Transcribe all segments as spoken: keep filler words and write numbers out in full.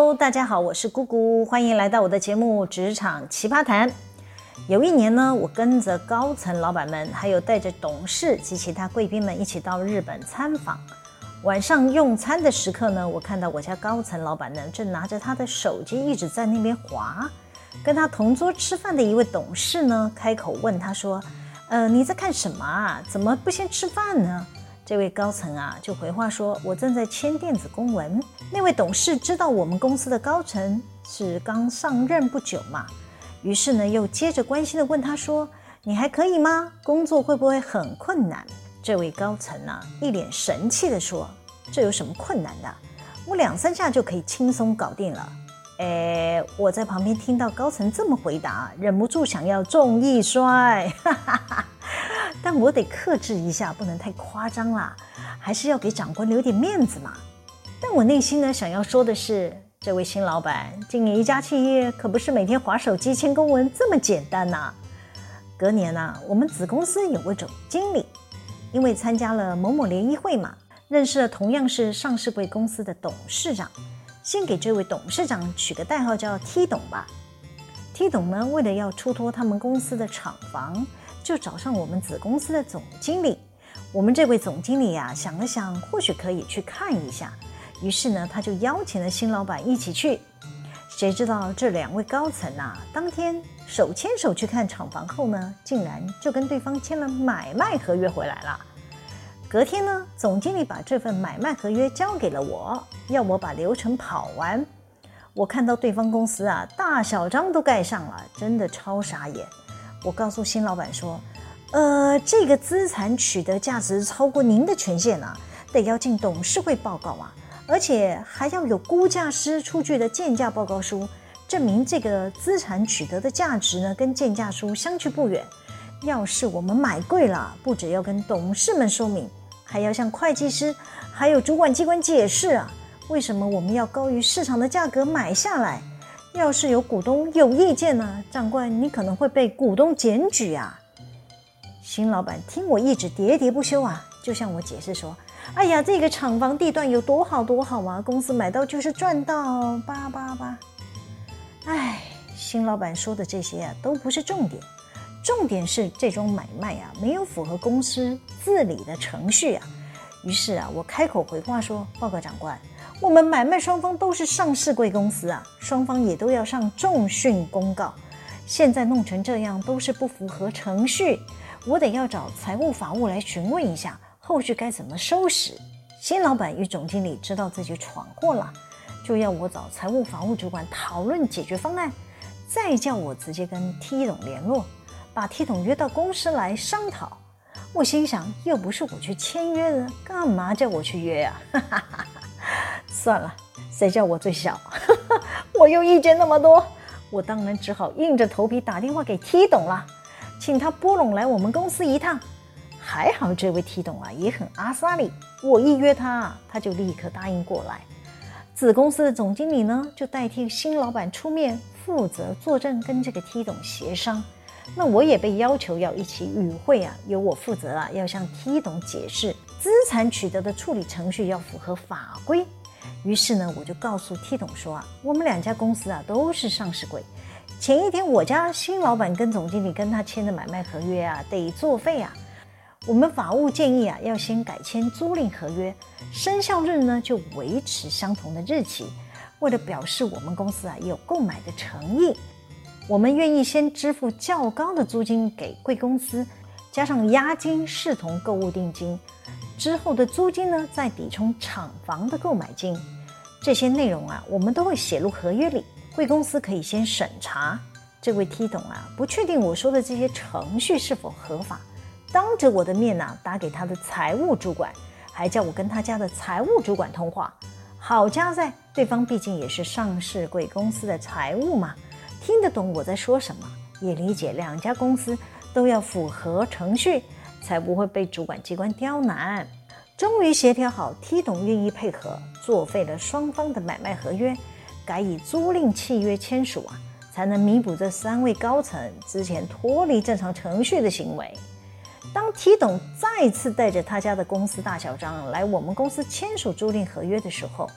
Hello， 大家好，我是姑姑，欢迎来到我的节目《职场奇葩谈》。有一年呢，我跟着高层老板们，还有带着董事及其他贵宾们一起到日本参访。晚上用餐的时刻呢，我看到我家高层老板呢，正拿着他的手机一直在那边滑。跟他同桌吃饭的一位董事呢，开口问他说：“呃，你在看什么啊？怎么不先吃饭呢？”这位高层啊，就回话说：“我正在签电子公文。”那位董事知道我们公司的高层是刚上任不久嘛，于是呢，又接着关心的问他说：“你还可以吗？工作会不会很困难？”这位高层啊，一脸神气的说：“这有什么困难的？我两三下就可以轻松搞定了。”诶，我在旁边听到高层这么回答，忍不住想要重一摔，哈哈哈。但我得克制一下，不能太夸张啦，还是要给长官留点面子嘛。但我内心呢，想要说的是，这位新老板经营一家企业，可不是每天滑手机签公文这么简单呐。隔年啊，我们子公司有位总经理，因为参加了某某联谊会嘛，认识了同样是上市贵公司的董事长，先给这位董事长取个代号叫 T 董吧。T 董呢，为了要出托他们公司的厂房，就找上我们子公司的总经理。我们这位总经理啊，想了想，或许可以去看一下，于是呢，他就邀请了新老板一起去。谁知道这两位高层啊，当天手牵手去看厂房后呢，竟然就跟对方签了买卖合约回来了。隔天呢，总经理把这份买卖合约交给了我，要我把流程跑完。我看到对方公司啊，大小章都盖上了，真的超傻眼。我告诉新老板说，呃，这个资产取得价值超过您的权限啊，得要进董事会报告啊，而且还要有估价师出具的鉴价报告书，证明这个资产取得的价值呢，跟鉴价书相去不远。要是我们买贵了，不只要跟董事们说明，还要向会计师还有主管机关解释啊，为什么我们要高于市场的价格买下来。要是有股东有意见呢，长官你可能会被股东检举啊。新老板听我一直喋喋不休啊，就向我解释说，哎呀，这个厂房地段有多好多好啊，公司买到就是赚到，叭叭叭。哎，新老板说的这些啊，都不是重点，重点是这桩买卖啊，没有符合公司治理的程序啊。于是啊，我开口回话说，报告长官，我们买卖双方都是上市贵公司啊，双方也都要上重讯公告，现在弄成这样都是不符合程序，我得要找财务法务来询问一下，后续该怎么收拾。新老板与总经理知道自己闯祸了，就要我找财务法务主管讨论解决方案，再叫我直接跟 T 董联络，把 T 董约到公司来商讨。我心想，又不是我去签约的，干嘛叫我去约啊？算了，谁叫我最小？我又意见那么多，我当然只好硬着头皮打电话给 T 董了，请他拨拢来我们公司一趟。还好这位 T 董啊也很阿萨里，我一约他，他就立刻答应过来。子公司的总经理呢，就代替新老板出面，负责作证跟这个 T 董协商。那我也被要求要一起与会啊，由我负责啊，要向 T 董解释资产取得的处理程序要符合法规。于是呢，我就告诉 T 董说啊，我们两家公司啊都是上市柜，前一天我家新老板跟总经理跟他签的买卖合约啊，得作废啊。我们法务建议啊，要先改签租赁合约，生效日呢就维持相同的日期。为了表示我们公司啊有购买的诚意，我们愿意先支付较高的租金给贵公司，加上押金视同购物定金，之后的租金呢再抵充厂房的购买金。这些内容啊，我们都会写入合约里，贵公司可以先审查。这位 T 董啊，不确定我说的这些程序是否合法，当着我的面啊，打给他的财务主管，还叫我跟他家的财务主管通话。好家在，对方毕竟也是上市贵公司的财务嘛，听得懂我在说什么，也理解两家公司都要符合程序，才不会被主管机关刁难。终于协调好 T 董愿意配合，作废了双方的买卖合约，改以租赁契约签署啊，才能弥补这三位高层之前脱离正常程序的行为。当 T 董再次带着他家的公司大小章来我们公司签署租赁合约的时候，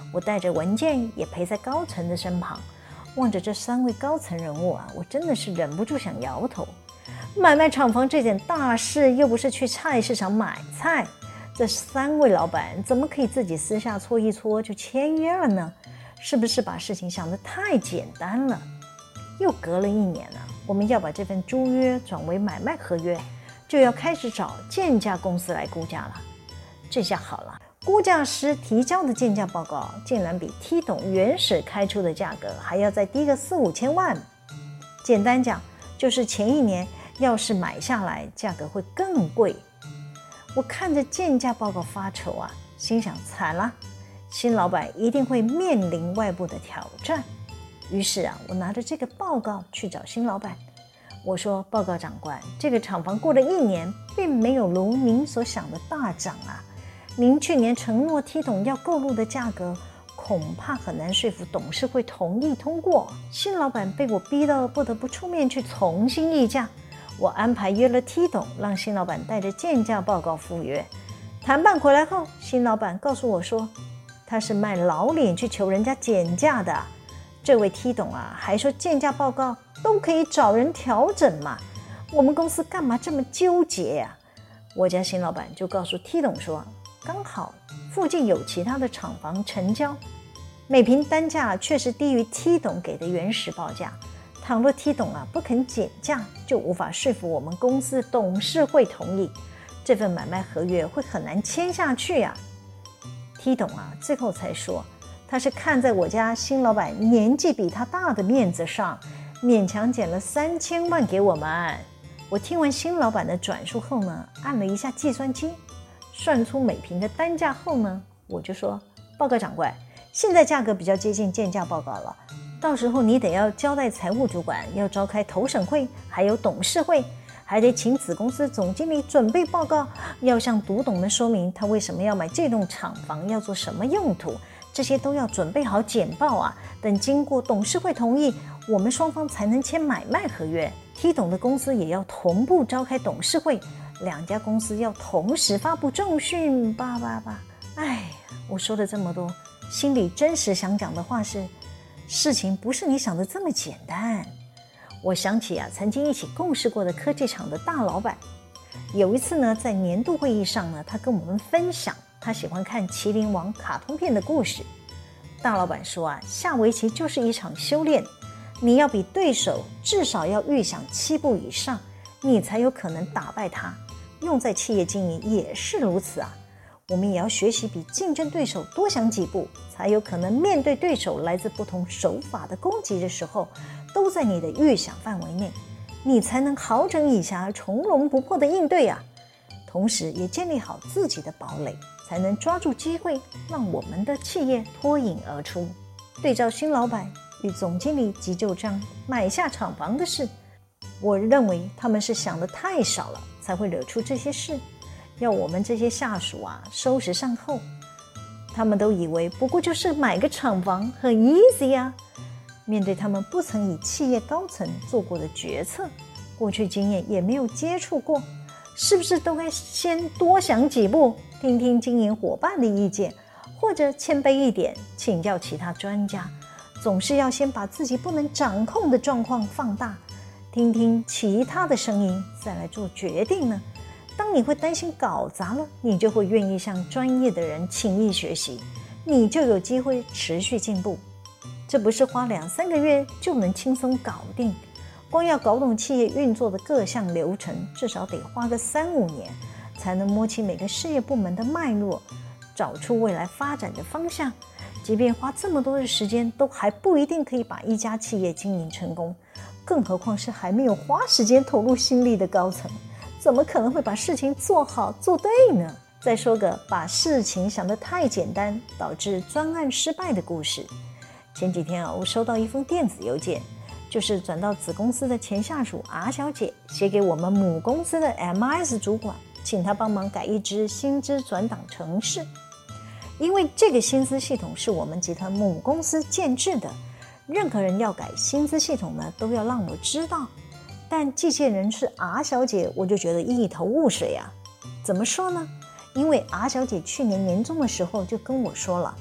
我带着文件也陪在高层的身旁，望着这三位高层人物啊，我真的是忍不住想摇头。买卖厂房这件大事，又不是去菜市场买菜，这三位老板怎么可以自己私下搓一搓就签约了呢？是不是把事情想得太简单了？又隔了一年了，我们要把这份租约转为买卖合约，就要开始找建价公司来估价了。这下好了，估价师提交的建价报告竟然比 T 董原始开出的价格还要再低个四五千万。简单讲，就是前一年要是买下来，价格会更贵。我看着建价报告发愁啊，心想惨了，新老板一定会面临外部的挑战。于是啊，我拿着这个报告去找新老板，我说：报告长官，这个厂房过了一年，并没有如您所想的大涨啊。您去年承诺 T 董要购入的价格，恐怕很难说服董事会同意通过。新老板被我逼到不得不出面去重新议价。我安排约了 T 董，让新老板带着建价报告赴约。谈判回来后，新老板告诉我说，他是卖老脸去求人家减价的。这位 T 董啊，还说建价报告都可以找人调整嘛，我们公司干嘛这么纠结呀、啊？我家新老板就告诉 T 董说，刚好附近有其他的厂房成交，每平单价确实低于 T 董给的原始报价。倘若 T 董啊不肯减价，就无法说服我们公司董事会同意，这份买卖合约会很难签下去呀、啊。T 董啊最后才说，他是看在我家新老板年纪比他大的面子上，勉强减了三千万给我们。我听完新老板的转述后呢，按了一下计算机，算出每平的单价后呢，我就说，报告长官，现在价格比较接近建价报告了，到时候你得要交代财务主管要召开投审会，还有董事会，还得请子公司总经理准备报告，要向独董们说明他为什么要买这栋厂房，要做什么用途，这些都要准备好简报啊。等经过董事会同意，我们双方才能签买卖合约。T 董的公司也要同步召开董事会，两家公司要同时发布重讯，叭叭叭。哎，我说了这么多，心里真实想讲的话是，事情不是你想的这么简单。我想起啊，曾经一起共事过的科技厂的大老板，有一次呢，在年度会议上呢，他跟我们分享他喜欢看麒麟王卡通片的故事。大老板说啊，下围棋就是一场修炼，你要比对手至少要预想七步以上，你才有可能打败他。用在企业经营也是如此啊，我们也要学习比竞争对手多想几步，才有可能面对对手来自不同手法的攻击的时候，都在你的预想范围内，你才能好整以暇、从容不迫的应对啊。同时也建立好自己的堡垒，才能抓住机会，让我们的企业脱颖而出。对照新老板与总经理急就章买下厂房的事，我认为他们是想的太少了，才会惹出这些事，要我们这些下属啊收拾善后。他们都以为不过就是买个厂房很 easy 啊。面对他们不曾以企业高层做过的决策，过去经验也没有接触过，是不是都该先多想几步，听听经营伙伴的意见，或者谦卑一点请教其他专家，总是要先把自己不能掌控的状况放大，听听其他的声音，再来做决定呢？当你会担心搞砸了，你就会愿意向专业的人请益学习，你就有机会持续进步。这不是花两三个月就能轻松搞定，光要搞懂企业运作的各项流程，至少得花个三五年，才能摸清每个事业部门的脉络，找出未来发展的方向。即便花这么多的时间，都还不一定可以把一家企业经营成功，更何况是还没有花时间投入心力的高层，怎么可能会把事情做好做对呢？再说个把事情想得太简单，导致专案失败的故事。前几天啊，我收到一封电子邮件，就是转到子公司的前下属 R 小姐写给我们母公司的 M S 主管，请他帮忙改一支薪资转档程式。因为这个薪资系统是我们集团母公司建制的，任何人要改薪资系统呢，都要让我知道。但寄件人是 R 小姐，我就觉得一头雾水啊。怎么说呢？因为 R 小姐去年年中的时候就跟我说了，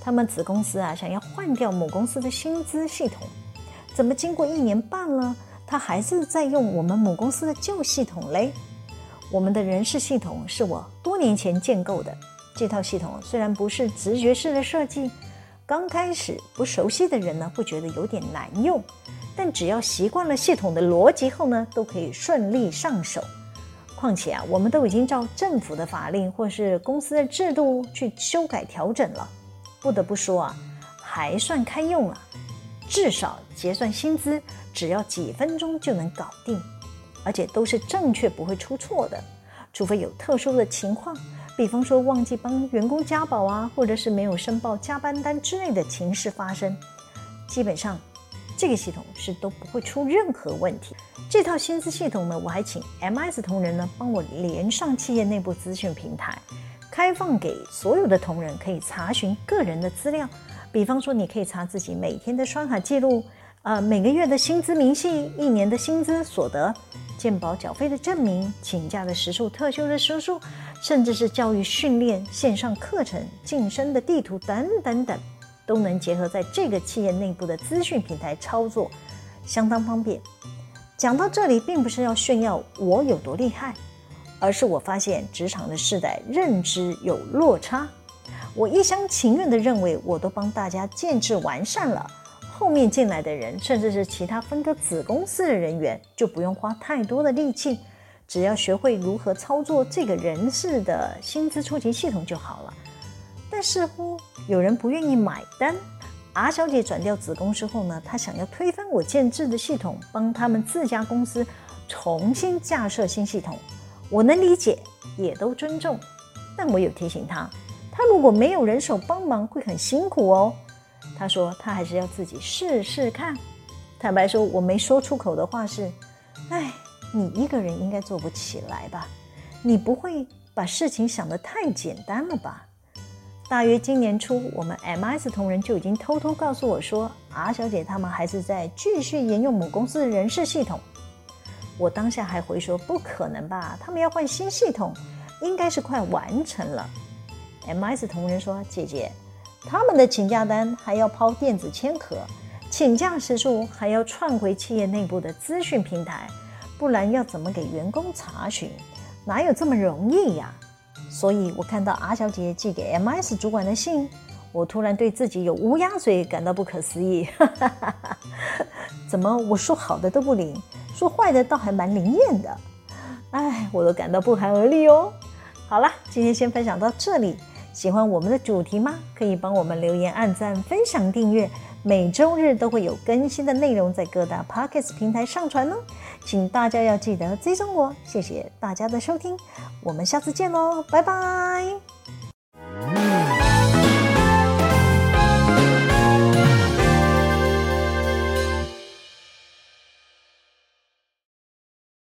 他们子公司啊想要换掉母公司的薪资系统，怎么经过一年半了，他还是在用我们母公司的旧系统嘞？我们的人事系统是我多年前建构的，这套系统虽然不是直觉式的设计，刚开始不熟悉的人呢会觉得有点难用，但只要习惯了系统的逻辑后呢，都可以顺利上手。况且啊，我们都已经照政府的法令或是公司的制度去修改调整了，不得不说啊，还算堪用啊。至少结算薪资只要几分钟就能搞定，而且都是正确不会出错的，除非有特殊的情况，比方说忘记帮员工加保啊，或者是没有申报加班单之类的情事发生，基本上这个系统是都不会出任何问题。这套薪资系统呢，我还请 M I S 同仁呢帮我连上企业内部资讯平台，开放给所有的同仁可以查询个人的资料，比方说你可以查自己每天的刷卡记录，呃，每个月的薪资明细，一年的薪资所得，健保缴费的证明，请假的时数，特休的时数，甚至是教育训练、线上课程、晋升的地图等等等，都能结合在这个企业内部的资讯平台操作，相当方便。讲到这里，并不是要炫耀我有多厉害，而是我发现职场的世代认知有落差。我一厢情愿地认为我都帮大家建制完善了，后面进来的人，甚至是其他分割子公司的人员，就不用花太多的力气，只要学会如何操作这个人事的薪资出勤系统就好了。但似乎有人不愿意买单。R 小姐转调子公司后呢，她想要推翻我建制的系统，帮他们自家公司重新架设新系统。我能理解，也都尊重，但我有提醒她，她如果没有人手帮忙，会很辛苦哦。她说她还是要自己试试看。坦白说，我没说出口的话是：哎，你一个人应该做不起来吧？你不会把事情想得太简单了吧？大约今年初，我们 M I S 同仁就已经偷偷告诉我说 R 小姐他们还是在继续沿用母公司的人事系统。我当下还回说不可能吧，他们要换新系统，应该是快完成了。 M I S 同仁说，姐姐，他们的请假单还要抛电子签核，请假时数还要串回企业内部的资讯平台，不然要怎么给员工查询，哪有这么容易呀？所以我看到 R 小姐寄给 M I S 主管的信，我突然对自己有乌鸦嘴感到不可思议。怎么我说好的都不灵，说坏的倒还蛮灵验的？哎，我都感到不寒而栗哦。好啦，今天先分享到这里。喜欢我们的主题吗？可以帮我们留言、按赞、分享、订阅。每周日都会有更新的内容在各大 Podcast 平台上传哦，请大家要记得追踪我。谢谢大家的收听，我们下次见喽，拜拜。